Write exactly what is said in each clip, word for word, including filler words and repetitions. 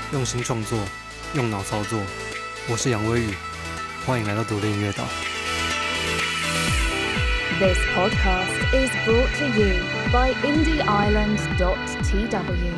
用心创作，用脑操作。我是杨威宇，欢迎来到独立音乐岛。 This podcast is brought to you by indie island dot t w。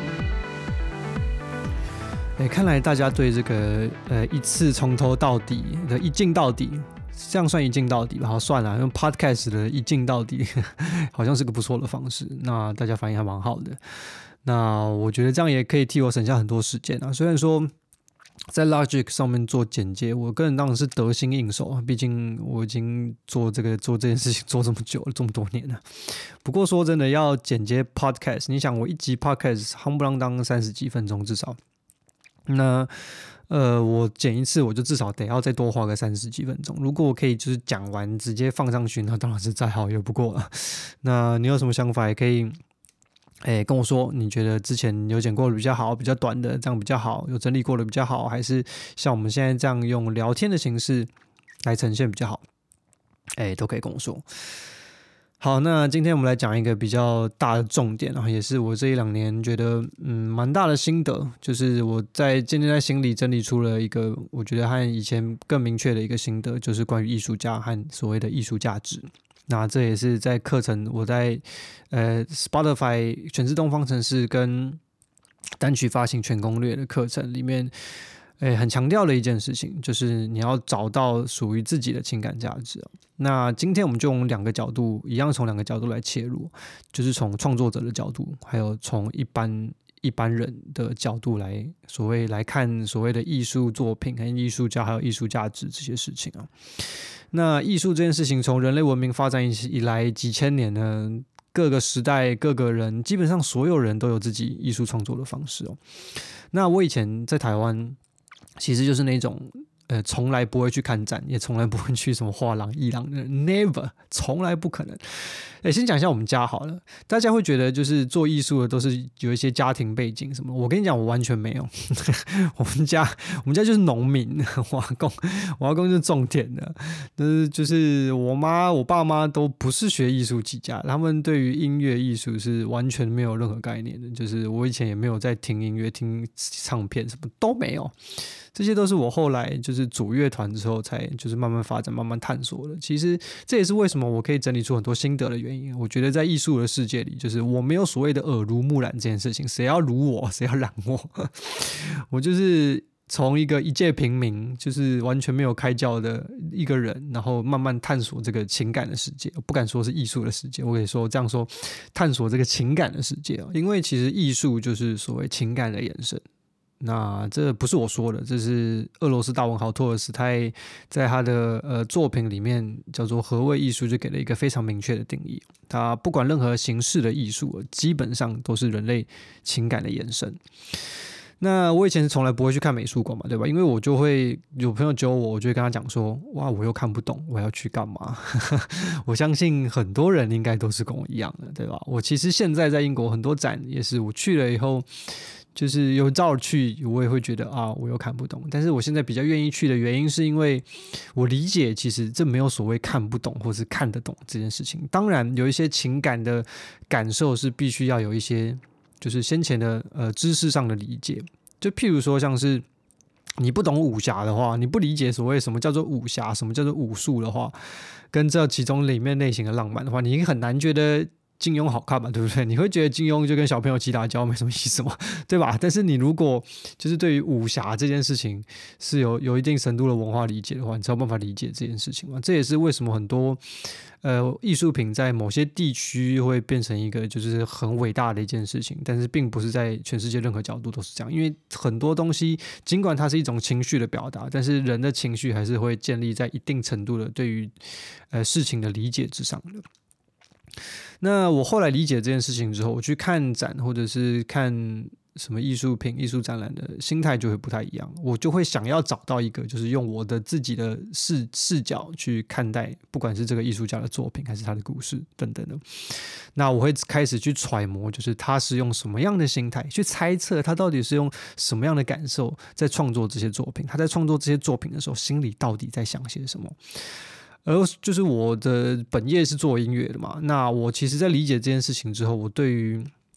哎，看来大家对这个呃一次从头到底的一镜到底，这样算一镜到底吧？好，算了，用 podcast 的一镜到底，好像是个不错的方式。那大家反应还蛮好的。那我觉得这样也可以替我省下很多时间啊。虽然说在 Logic 上面做剪接，我个人当然是得心应手啊，毕竟我已经做这个做这件事情做这么久了，这么多年了。不过说真的，要剪接 podcast， 你想我一集 podcast 夯不啷当三十几分钟至少，那呃我剪一次我就至少得要再多花个三十几分钟。如果我可以就是讲完直接放上去，那当然是再好也不过了。那你有什么想法也可以。哎，跟我说，你觉得之前有剪过的比较好，比较短的这样比较好，有整理过的比较好，还是像我们现在这样用聊天的形式来呈现比较好？哎，都可以跟我说。好，那今天我们来讲一个比较大的重点，然后也是我这一两年觉得嗯蛮大的心得，就是我在渐渐在心里整理出了一个我觉得和以前更明确的一个心得，就是关于艺术家和所谓的艺术价值。那这也是在课程我在呃 Spotify 全自动方程式跟单曲发行全攻略的课程里面，诶很强调的一件事情，就是你要找到属于自己的情感价值。那今天我们就用两个角度，一样从两个角度来切入，就是从创作者的角度，还有从一般一般人的角度来所谓来看所谓的艺术作品和艺术家还有艺术价值这些事情啊。那艺术这件事情从人类文明发展以来几千年呢，各个时代各个人基本上所有人都有自己艺术创作的方式哦。那我以前在台湾其实就是那种呃，从来不会去看展，也从来不会去什么画廊、艺廊的 ，never， 从来不可能。哎，先讲一下我们家好了。大家会觉得就是做艺术的都是有一些家庭背景什么，我跟你讲，我完全没有。我们家，我们家就是农民，我阿公，我阿公就是种田的。就是就是我妈、我爸妈都不是学艺术起家，他们对于音乐艺术是完全没有任何概念的。就是我以前也没有在听音乐、听唱片，什么都没有。这些都是我后来就是组乐团之后才就是慢慢发展、慢慢探索的。其实这也是为什么我可以整理出很多心得的原因。我觉得在艺术的世界里，就是我没有所谓的耳濡目染这件事情，谁要辱我，谁要染我，我就是从一个一介平民，就是完全没有开教的一个人，然后慢慢探索这个情感的世界。我不敢说是艺术的世界，我可以说这样说，探索这个情感的世界。因为其实艺术就是所谓情感的延伸。那这不是我说的，这是俄罗斯大文豪托尔斯泰在他的呃作品里面叫做何谓艺术，就给了一个非常明确的定义。他不管任何形式的艺术，基本上都是人类情感的延伸。那我以前从来不会去看美术馆嘛，对吧？因为我就会有朋友揪我，我就会跟他讲说，哇，我又看不懂，我要去干嘛？我相信很多人应该都是跟我一样的，对吧？我其实现在在英国很多展也是，我去了以后。就是有照去，我也会觉得啊，我又看不懂。但是我现在比较愿意去的原因，是因为我理解，其实这没有所谓看不懂或是看得懂这件事情。当然，有一些情感的感受是必须要有一些，就是先前的呃知识上的理解。就譬如说，像是你不懂武侠的话，你不理解所谓什么叫做武侠，什么叫做武术的话，跟这其中里面类型的浪漫的话，你很难觉得。金庸好看嘛，对不对？你会觉得金庸就跟小朋友起打架没什么意思嘛，对吧？但是你如果就是对于武侠这件事情是有有一定程度的文化理解的话，你才有办法理解这件事情嘛。这也是为什么很多呃艺术品在某些地区会变成一个就是很伟大的一件事情，但是并不是在全世界任何角度都是这样。因为很多东西尽管它是一种情绪的表达，但是人的情绪还是会建立在一定程度的对于呃事情的理解之上的。那我后来理解这件事情之后，我去看展或者是看什么艺术品、艺术展览的心态就会不太一样。我就会想要找到一个，就是用我的自己的 视, 视角去看待，不管是这个艺术家的作品，还是他的故事等等的。那我会开始去揣摩，就是他是用什么样的心态去猜测，他到底是用什么样的感受在创作这些作品。他在创作这些作品的时候，心里到底在想些什么？而就是我的本业是做音乐的嘛，那我其实在理解这件事情之后，我对于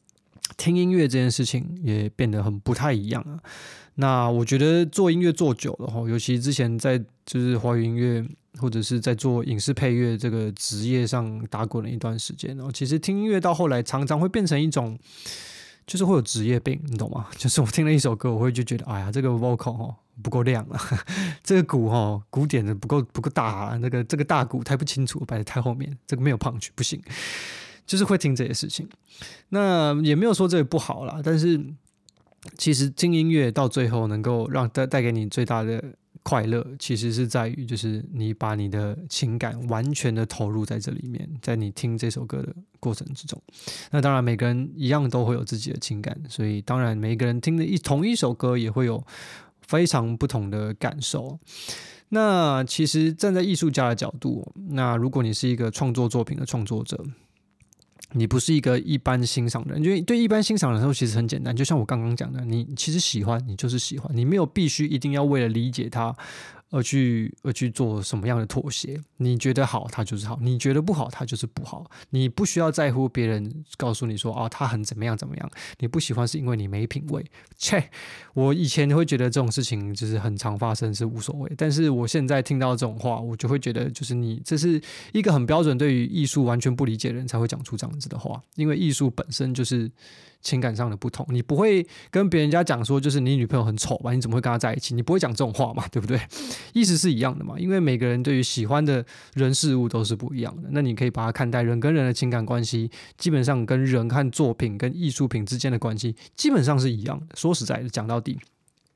听音乐这件事情也变得很不太一样啊。那我觉得做音乐做久了哈，尤其之前在就是华语音乐或者是在做影视配乐这个职业上打滚了一段时间，然后其实听音乐到后来常常会变成一种，就是会有职业病，你懂吗？就是我听了一首歌，我会就觉得，哎呀，这个 vocal 哦不够亮啊，这个鼓哦鼓点的不够不够大啊，那个这个大鼓太不清楚，摆在太后面，这个没有 punch 不行，就是会听这些事情。那也没有说这个不好啦，但是其实听音乐到最后能够让带带给你最大的快乐，其实是在于就是你把你的情感完全的投入在这里面，在你听这首歌的过程之中。那当然每个人一样都会有自己的情感，所以当然每个人听的一同一首歌也会有非常不同的感受。那其实站在艺术家的角度，那如果你是一个创作作品的创作者，你不是一个一般欣赏的人，因为对一般欣赏的时候其实很简单，就像我刚刚讲的，你其实喜欢，你就是喜欢，你没有必须一定要为了理解它而去而去做什么样的妥协。你觉得好，它就是好；你觉得不好，它就是不好。你不需要在乎别人告诉你说啊，它很怎么样怎么样。你不喜欢是因为你没品味。切，我以前会觉得这种事情就是很常发生，是无所谓。但是我现在听到这种话，我就会觉得，就是你这是一个很标准对于艺术完全不理解的人才会讲出这样子的话，因为艺术本身就是情感上的不同，你不会跟别人家讲说，就是你女朋友很丑吧，你怎么会跟她在一起？你不会讲这种话嘛，对不对？意思是一样的嘛，因为每个人对于喜欢的人事物都是不一样的。那你可以把它看待人跟人的情感关系，基本上跟人和作品、跟艺术品之间的关系，基本上是一样的。说实在的，讲到底，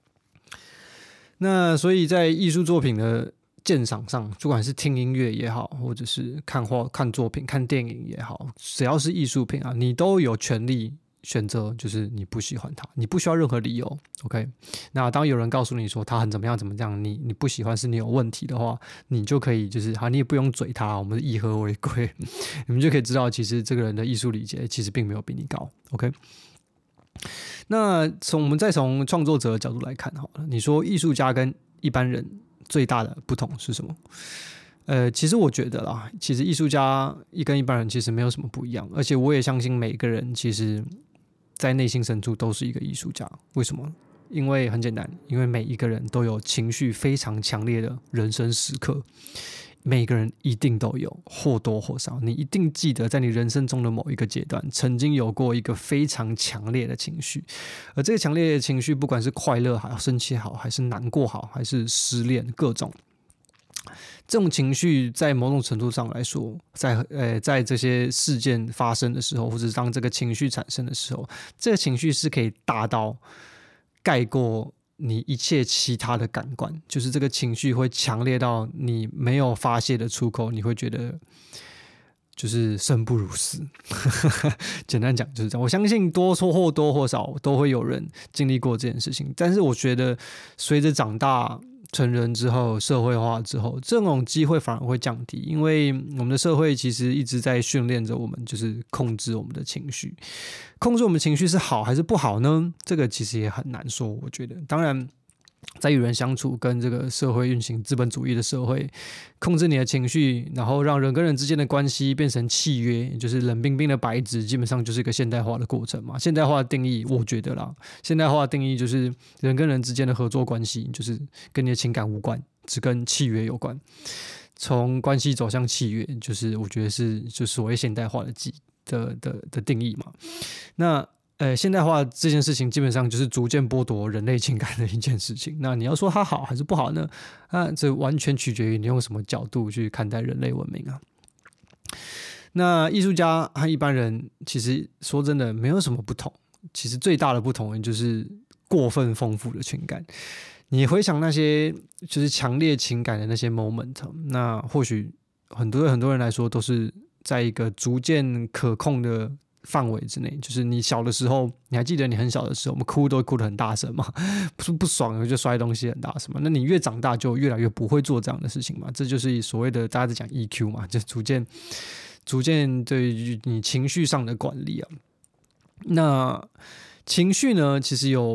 那所以在艺术作品的鉴赏上，不管是听音乐也好，或者是看画、看作品、看电影也好，只要是艺术品啊，你都有权利选择，就是你不喜欢它，你不需要任何理由。OK， 那当有人告诉你说他很怎么样怎么样，你你不喜欢是你有问题的话，你就可以就是好，你也不用嘴他，我们以和为贵，你们就可以知道，其实这个人的艺术理解其实并没有比你高。OK。那从我们再从创作者的角度来看好了，你说艺术家跟一般人最大的不同是什么？呃，其实我觉得啦，其实艺术家跟一般人其实没有什么不一样，而且我也相信每个人其实在内心深处都是一个艺术家。为什么？因为很简单，因为每一个人都有情绪非常强烈的人生时刻。每个人一定都有，或多或少，你一定记得在你人生中的某一个阶段，曾经有过一个非常强烈的情绪，而这个强烈的情绪，不管是快乐好、生气好，还是难过好，还是失恋，各种这种情绪，在某种程度上来说，在呃在这些事件发生的时候，或者是当这个情绪产生的时候，这个情绪是可以大到盖过你一切其他的感官，就是这个情绪会强烈到你没有发泄的出口，你会觉得就是生不如死。简单讲就是这样。我相信多说或多或少都会有人经历过这件事情，但是我觉得随着长大成人之后，社会化之后，这种机会反而会降低，因为我们的社会其实一直在训练着我们，就是控制我们的情绪。控制我们的情绪是好还是不好呢？这个其实也很难说，我觉得。当然，在与人相处跟这个社会运行资本主义的社会，控制你的情绪，然后让人跟人之间的关系变成契约，也就是冷冰冰的白纸，基本上就是一个现代化的过程嘛。现代化的定义，我觉得啦，现代化的定义就是人跟人之间的合作关系，就是跟你的情感无关，只跟契约有关。从关系走向契约，就是我觉得是就所谓现代化的的的的定义嘛。那呃，现代化这件事情基本上就是逐渐剥夺人类情感的一件事情。那你要说它好还是不好呢？啊，这完全取决于你用什么角度去看待人类文明啊。那艺术家和一般人其实说真的没有什么不同，其实最大的不同就是过分丰富的情感。你回想那些就是强烈情感的那些 moment， 那或许很多很多人来说都是在一个逐渐可控的范围之内，就是你小的时候，你还记得你很小的时候，我们哭都会哭得很大声嘛，不不爽就摔东西很大声嘛。那你越长大就越来越不会做这样的事情嘛，这就是所谓的大家在讲 E Q 嘛，就逐渐逐渐对于你情绪上的管理啊。那情绪呢，其实有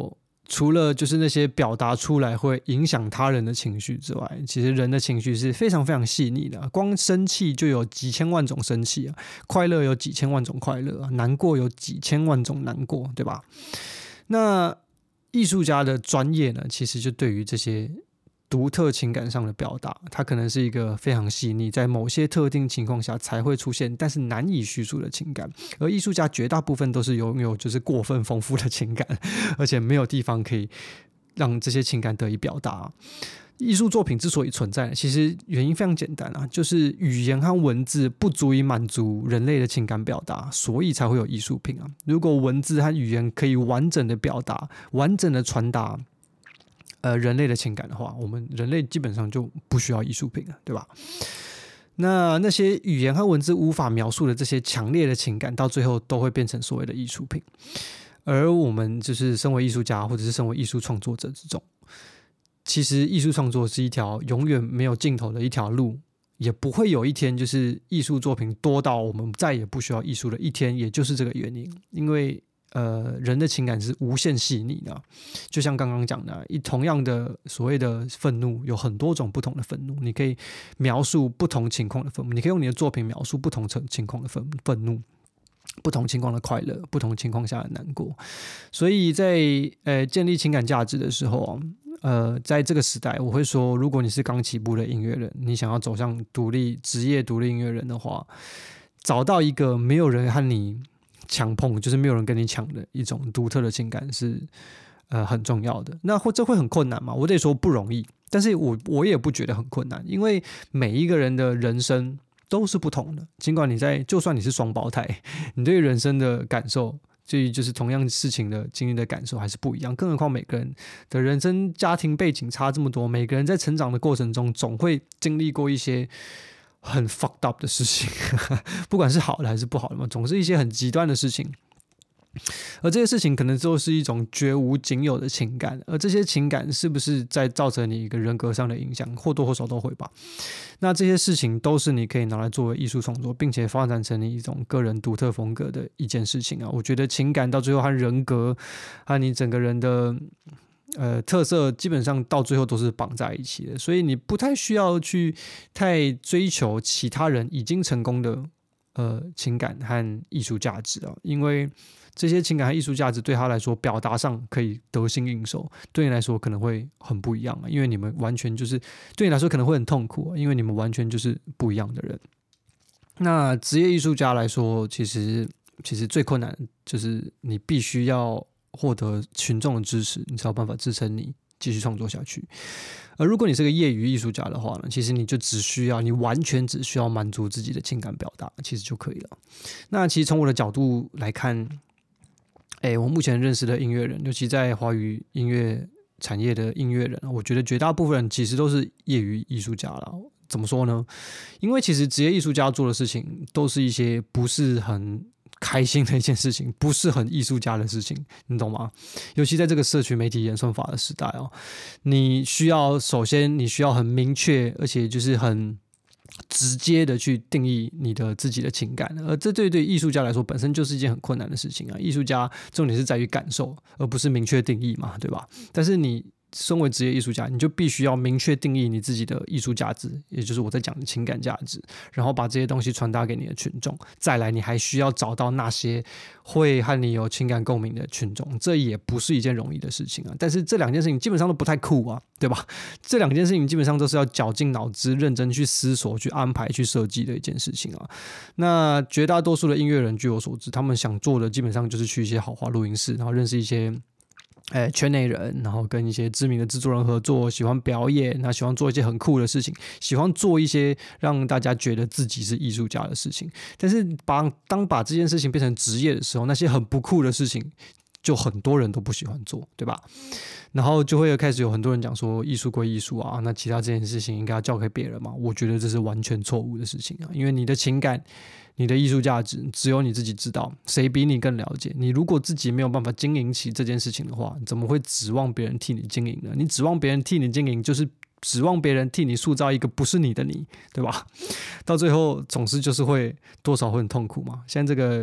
除了就是那些表达出来会影响他人的情绪之外，其实人的情绪是非常非常细腻的。光生气就有几千万种生气啊，快乐有几千万种快乐啊，难过有几千万种难过，对吧？那艺术家的专业呢，其实就对于这些独特情感上的表达，它可能是一个非常细腻，在某些特定情况下才会出现，但是难以叙述的情感。而艺术家绝大部分都是拥有就是过分丰富的情感，而且没有地方可以让这些情感得以表达。艺术作品之所以存在，其实原因非常简单啊，就是语言和文字不足以满足人类的情感表达，所以才会有艺术品啊。如果文字和语言可以完整的表达、完整的传达呃，人类的情感的话，我们人类基本上就不需要艺术品了，对吧？那那些语言和文字无法描述的这些强烈的情感，到最后都会变成所谓的艺术品。而我们就是身为艺术家，或者是身为艺术创作者之中，其实艺术创作是一条永远没有尽头的一条路，也不会有一天就是艺术作品多到我们再也不需要艺术的一天，也就是这个原因，因为。呃，人的情感是无限细腻的，就像刚刚讲的，同样的所谓的愤怒，有很多种不同的愤怒，你可以描述不同情况的愤怒，你可以用你的作品描述不同情况的愤愤怒，不同情况的快乐，不同情况下的难过。所以在呃建立情感价值的时候啊，呃，在这个时代，我会说，如果你是刚起步的音乐人，你想要走向独立职业独立音乐人的话，找到一个没有人和你强碰，就是没有人跟你抢的一种独特的情感是呃很重要的。那或这会很困难吗？我得说不容易，但是我我也不觉得很困难，因为每一个人的人生都是不同的。尽管你在，就算你是双胞胎，你对人生的感受，至于就是同样事情的经历的感受还是不一样。更何况每个人的人生家庭背景差这么多，每个人在成长的过程中总会经历过一些很 fucked up 的事情，不管是好的还是不好的嘛，总是一些很极端的事情。而这些事情可能就是一种绝无仅有的情感，而这些情感是不是在造成你一个人格上的影响，或多或少都会吧。那这些事情都是你可以拿来作为艺术创作，并且发展成你一种个人独特风格的一件事情啊。我觉得情感到最后和人格和你整个人的呃，特色基本上到最后都是绑在一起的，所以你不太需要去太追求其他人已经成功的呃情感和艺术价值啊，因为这些情感和艺术价值对他来说表达上可以得心应手，对你来说可能会很不一样啊，因为你们完全就是对你来说可能会很痛苦啊，因为你们完全就是不一样的人。那职业艺术家来说，其实其实最困难的就是你必须要获得群众的支持，你才有办法支撑你继续创作下去。而如果你是个业余艺术家的话呢，其实你就只需要，你完全只需要满足自己的情感表达，其实就可以了。那其实从我的角度来看，哎，我目前认识的音乐人，尤其在华语音乐产业的音乐人，我觉得绝大部分人其实都是业余艺术家了。怎么说呢？因为其实职业艺术家做的事情都是一些不是很开心的一件事情，不是很艺术家的事情，你懂吗？尤其在这个社群媒体演算法的时代哦，你需要首先你需要很明确，而且就是很直接的去定义你的自己的情感，而这对对艺术家来说本身就是一件很困难的事情啊。艺术家重点是在于感受，而不是明确定义嘛，对吧？但是你身为职业艺术家，你就必须要明确定义你自己的艺术价值，也就是我在讲的情感价值，然后把这些东西传达给你的群众。再来，你还需要找到那些会和你有情感共鸣的群众，这也不是一件容易的事情啊。但是这两件事情基本上都不太酷啊，对吧？这两件事情基本上都是要绞尽脑汁、认真去思索、去安排、去设计的一件事情啊。那绝大多数的音乐人，据我所知，他们想做的基本上就是去一些豪华录音室，然后认识一些哎，圈内人，然后跟一些知名的制作人合作，喜欢表演，那喜欢做一些很酷的事情，喜欢做一些让大家觉得自己是艺术家的事情。但是把当把这件事情变成职业的时候，那些很不酷的事情，就很多人都不喜欢做，对吧？然后就会开始有很多人讲说，艺术归艺术啊，那其他这件事情应该要交给别人嘛？我觉得这是完全错误的事情啊，因为你的情感、你的艺术价值，只有你自己知道，谁比你更了解？你如果自己没有办法经营起这件事情的话，怎么会指望别人替你经营呢？你指望别人替你经营，就是指望别人替你塑造一个不是你的你，对吧？到最后总是就是会多少会很痛苦嘛。像这个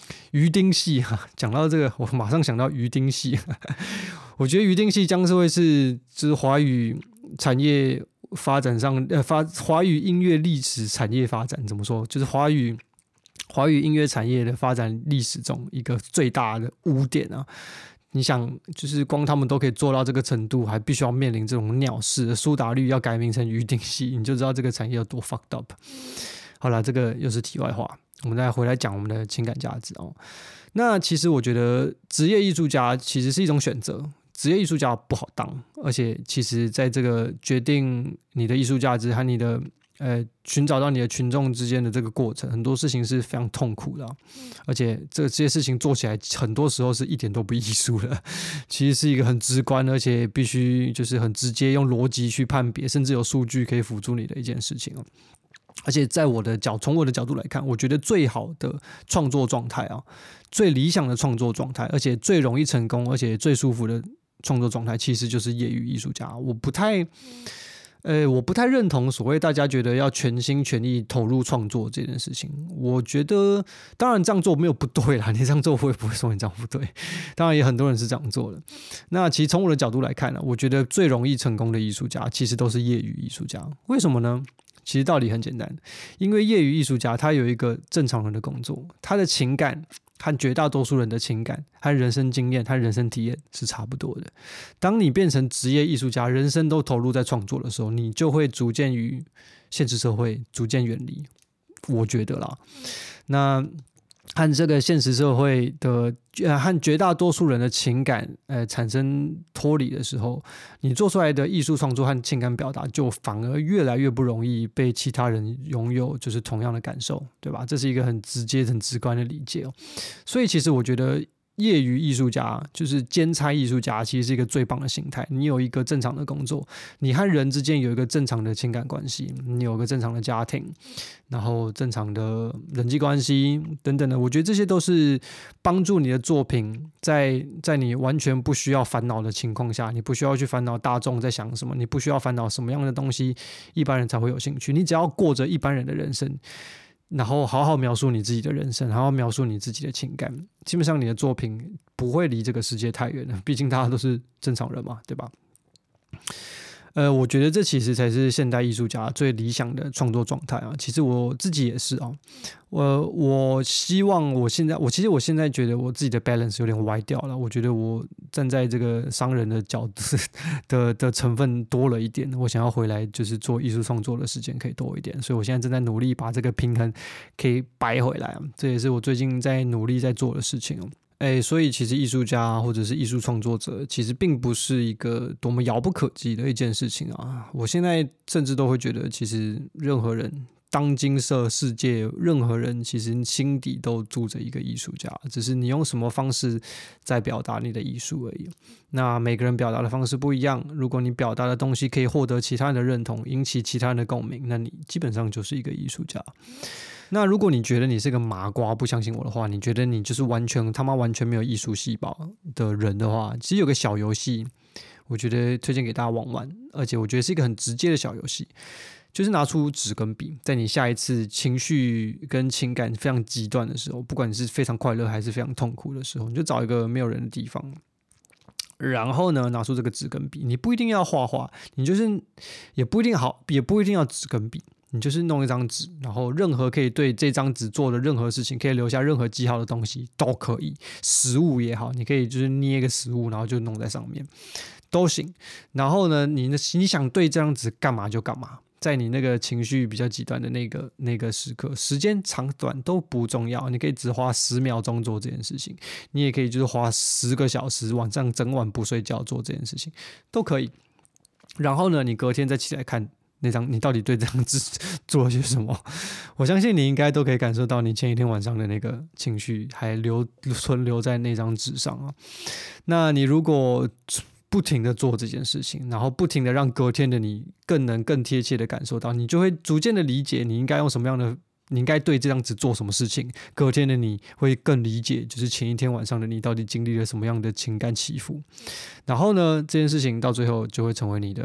鱼丁系啊，讲到这个，我马上想到鱼丁系。我觉得鱼丁系将是会是就是华语产业发展上，呃，发华语音乐历史产业发展怎么说？就是华语华语音乐产业的发展历史中一个最大的污点啊。你想，就是光他们都可以做到这个程度，还必须要面临这种鸟事的苏打绿要改名成鱼丁系，你就知道这个产业有多 fucked up。好啦，这个又是题外话，我们再回来讲我们的情感价值哦。那其实我觉得职业艺术家其实是一种选择，职业艺术家不好当，而且其实在这个决定你的艺术价值和你的呃，寻找到你的群众之间的这个过程，很多事情是非常痛苦的、啊，而且这这些事情做起来，很多时候是一点都不艺术的，其实是一个很直观，而且必须就是很直接用逻辑去判别，甚至有数据可以辅助你的一件事情哦。而且在我的角，从我的角度来看，我觉得最好的创作状态啊，最理想的创作状态，而且最容易成功，而且最舒服的创作状态，其实就是业余艺术家。我不太。呃，我不太认同所谓大家觉得要全心全意投入创作这件事情。我觉得，当然这样做没有不对啦，你这样做我也不会说你这样不对。当然也很多人是这样做的。那其实从我的角度来看呢、啊，我觉得最容易成功的艺术家其实都是业余艺术家。为什么呢？其实道理很简单，因为业余艺术家他有一个正常人的工作，他的情感和绝大多数人的情感和人生经验和人生体验是差不多的。当你变成职业艺术家，人生都投入在创作的时候，你就会逐渐与现实社会逐渐远离，我觉得啦。那和这个现实社会的、呃、和绝大多数人的情感呃产生脱离的时候，你做出来的艺术创作和情感表达就反而越来越不容易被其他人拥有就是同样的感受，对吧？这是一个很直接很直观的理解哦。所以其实我觉得业余艺术家就是兼差艺术家，其实是一个最棒的心态。你有一个正常的工作，你和人之间有一个正常的情感关系，你有一个正常的家庭，然后正常的人际关系等等的，我觉得这些都是帮助你的作品在在你完全不需要烦恼的情况下，你不需要去烦恼大众在想什么，你不需要烦恼什么样的东西一般人才会有兴趣，你只要过着一般人的人生，然后好好描述你自己的人生，好好描述你自己的情感，基本上你的作品不会离这个世界太远了，毕竟大家都是正常人嘛，对吧？呃，我觉得这其实才是现代艺术家最理想的创作状态啊。其实我自己也是啊，我我希望我现在，我其实我现在觉得我自己的 balance 有点歪掉了。我觉得我站在这个商人的角度的的成分多了一点，我想要回来就是做艺术创作的时间可以多一点，所以我现在正在努力把这个平衡可以摆回来啊。这也是我最近在努力在做的事情哦。哎，所以其实艺术家或者是艺术创作者，其实并不是一个多么遥不可及的一件事情啊。我现在甚至都会觉得，其实任何人，当今社世界，任何人其实心底都住着一个艺术家，只是你用什么方式在表达你的艺术而已。那每个人表达的方式不一样，如果你表达的东西可以获得其他人的认同，引起其他人的共鸣，那你基本上就是一个艺术家。那如果你觉得你是个麻瓜，不相信我的话，你觉得你就是完全他妈完全没有艺术细胞的人的话，其实有个小游戏，我觉得推荐给大家玩玩，而且我觉得是一个很直接的小游戏，就是拿出纸跟笔，在你下一次情绪跟情感非常极端的时候，不管你是非常快乐还是非常痛苦的时候，你就找一个没有人的地方，然后呢，拿出这个纸跟笔，你不一定要画画，你就是也不一定好，也不一定要纸跟笔。你就是弄一张纸，然后任何可以对这张纸做的任何事情，可以留下任何记号的东西都可以，食物也好，你可以就是捏一个食物，然后就弄在上面都行。然后呢，你你想对这张纸干嘛就干嘛，在你那个情绪比较极端的那个那个时刻，时间长短都不重要，你可以只花十秒钟做这件事情，你也可以就是花十个小时，晚上整晚不睡觉做这件事情都可以。然后呢，你隔天再起来看那张，你到底对这张纸做了些什么？我相信你应该都可以感受到你前一天晚上的那个情绪还留存留在那张纸上啊。那你如果不停的做这件事情，然后不停的让隔天的你更能更贴切的感受到，你就会逐渐的理解你应该用什么样的，你应该对这张纸做什么事情。隔天的你会更理解，就是前一天晚上的你到底经历了什么样的情感起伏。然后呢，这件事情到最后就会成为你的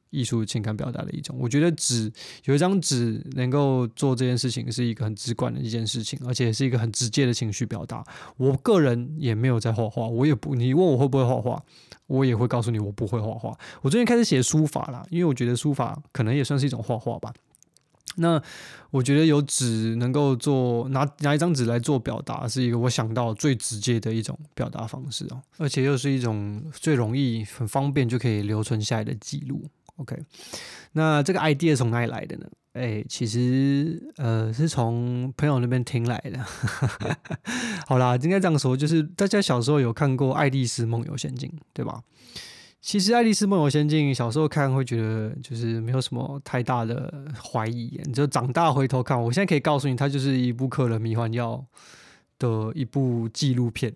艺术情感表达的一种。我觉得纸有一张纸能够做这件事情是一个很直观的一件事情，而且是一个很直接的情绪表达。我个人也没有在画画，我也不，你问我会不会画画，我也会告诉你我不会画画。我最近开始写书法啦，因为我觉得书法可能也算是一种画画吧。那我觉得有纸能够做拿拿一张纸来做表达，是一个我想到最直接的一种表达方式哦，而且又是一种最容易、很方便就可以留存下来的记录。OK， 那这个 idea 从哪里来的呢？哎，其实呃是从朋友那边听来的。好啦，应该这样说，就是大家小时候有看过《爱丽丝梦游仙境》，对吧？其实《爱丽丝梦游仙境》小时候看会觉得就是没有什么太大的怀疑，你就长大回头看，我现在可以告诉你，它就是一部嗑了迷幻药的一部纪录片。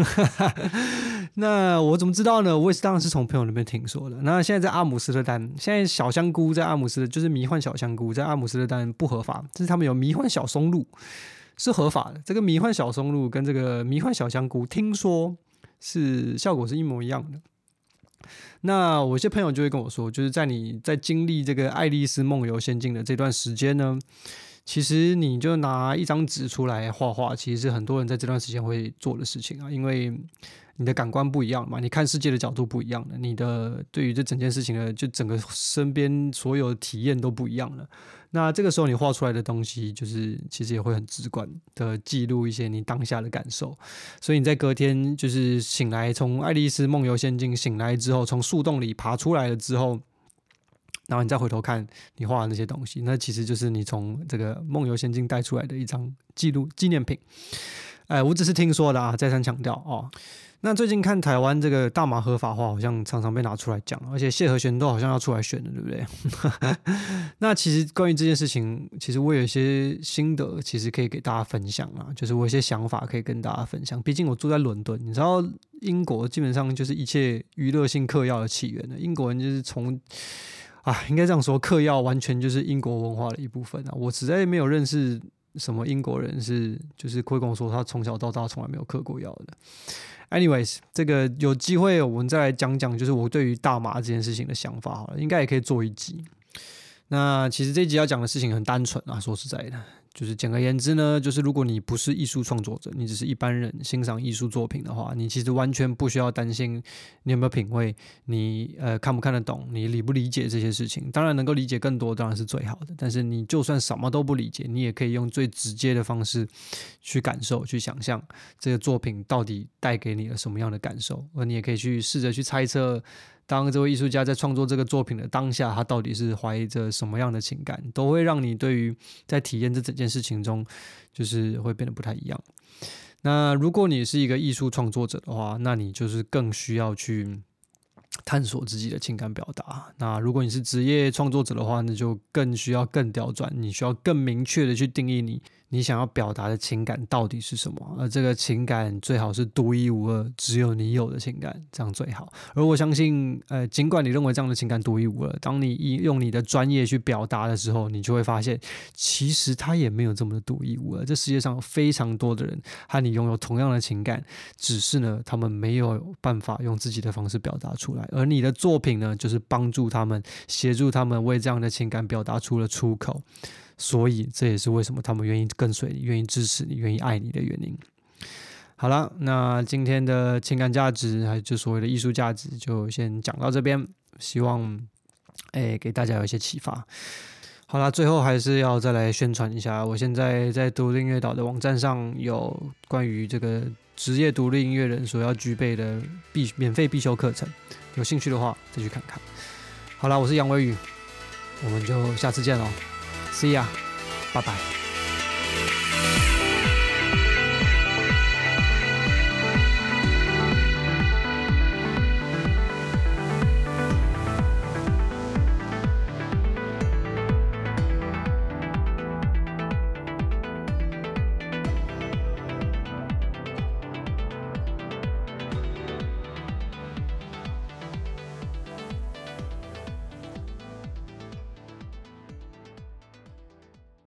那我怎么知道呢？我也是当然是从朋友那边听说的。那现在在阿姆斯特丹，现在小香菇在阿姆斯特就是迷幻小香菇在阿姆斯特丹不合法，但是他们有迷幻小松露是合法的。这个迷幻小松露跟这个迷幻小香菇，听说是效果是一模一样的。那我一些朋友就会跟我说，就是在你在经历这个爱丽丝梦游仙境的这段时间呢，其实你就拿一张纸出来画画，其实是很多人在这段时间会做的事情啊，因为你的感官不一样嘛，你看世界的角度不一样了，你的对于这整件事情的就整个身边所有体验都不一样了。那这个时候你画出来的东西，就是其实也会很直观的记录一些你当下的感受。所以你在隔天就是醒来，从爱丽丝梦游仙境醒来之后，从树洞里爬出来了之后，然后你再回头看你画的那些东西，那其实就是你从这个梦游仙境带出来的一张记录纪念品。哎，我只是听说的啊，再三强调哦。那最近看台湾这个大麻合法化，好像常常被拿出来讲，而且谢和弦都好像要出来选了，对不对？那其实关于这件事情，其实我有一些心得，其实可以给大家分享啊，就是我有一些想法可以跟大家分享。毕竟我住在伦敦，你知道英国基本上就是一切娱乐性嗑药的起源了。英国人就是从啊，应该这样说，嗑药完全就是英国文化的一部分啊。我实在没有认识什么英国人是就是会跟我说他从小到大从来没有嗑过药的。Anyways， 这个有机会我们再来讲讲，就是我对于大麻这件事情的想法好了，应该也可以做一集。那其实这一集要讲的事情很单纯啊，说实在的，就是简而言之呢，就是如果你不是艺术创作者，你只是一般人欣赏艺术作品的话，你其实完全不需要担心你有没有品味，你呃看不看得懂，你理不理解这些事情。当然能够理解更多当然是最好的，但是你就算什么都不理解，你也可以用最直接的方式去感受、去想象这个作品到底带给你了什么样的感受，而你也可以去试着去猜测。当这位艺术家在创作这个作品的当下，他到底是怀着什么样的情感，都会让你对于在体验这整件事情中，就是会变得不太一样。那如果你是一个艺术创作者的话，那你就是更需要去探索自己的情感表达。那如果你是职业创作者的话，那就更需要更刁钻，你需要更明确的去定义你你想要表达的情感到底是什么，而这个情感最好是独一无二，只有你有的情感，这样最好。而我相信，呃，尽管你认为这样的情感独一无二，当你用你的专业去表达的时候，你就会发现，其实它也没有这么的独一无二。这世界上有非常多的人和你拥有同样的情感，只是呢，他们没有办法用自己的方式表达出来，而你的作品呢，就是帮助他们，协助他们为这样的情感表达出了出口。所以这也是为什么他们愿意跟随你、愿意支持你、愿意爱你的原因。好了，那今天的情感价值还有就所谓的艺术价值就先讲到这边，希望哎给大家有一些启发。好啦，最后还是要再来宣传一下，我现在在独立音乐岛的网站上有关于这个职业独立音乐人所要具备的必免费必修课程，有兴趣的话再去看看。好啦，我是杨维宇，我们就下次见咯。See ya， 拜拜。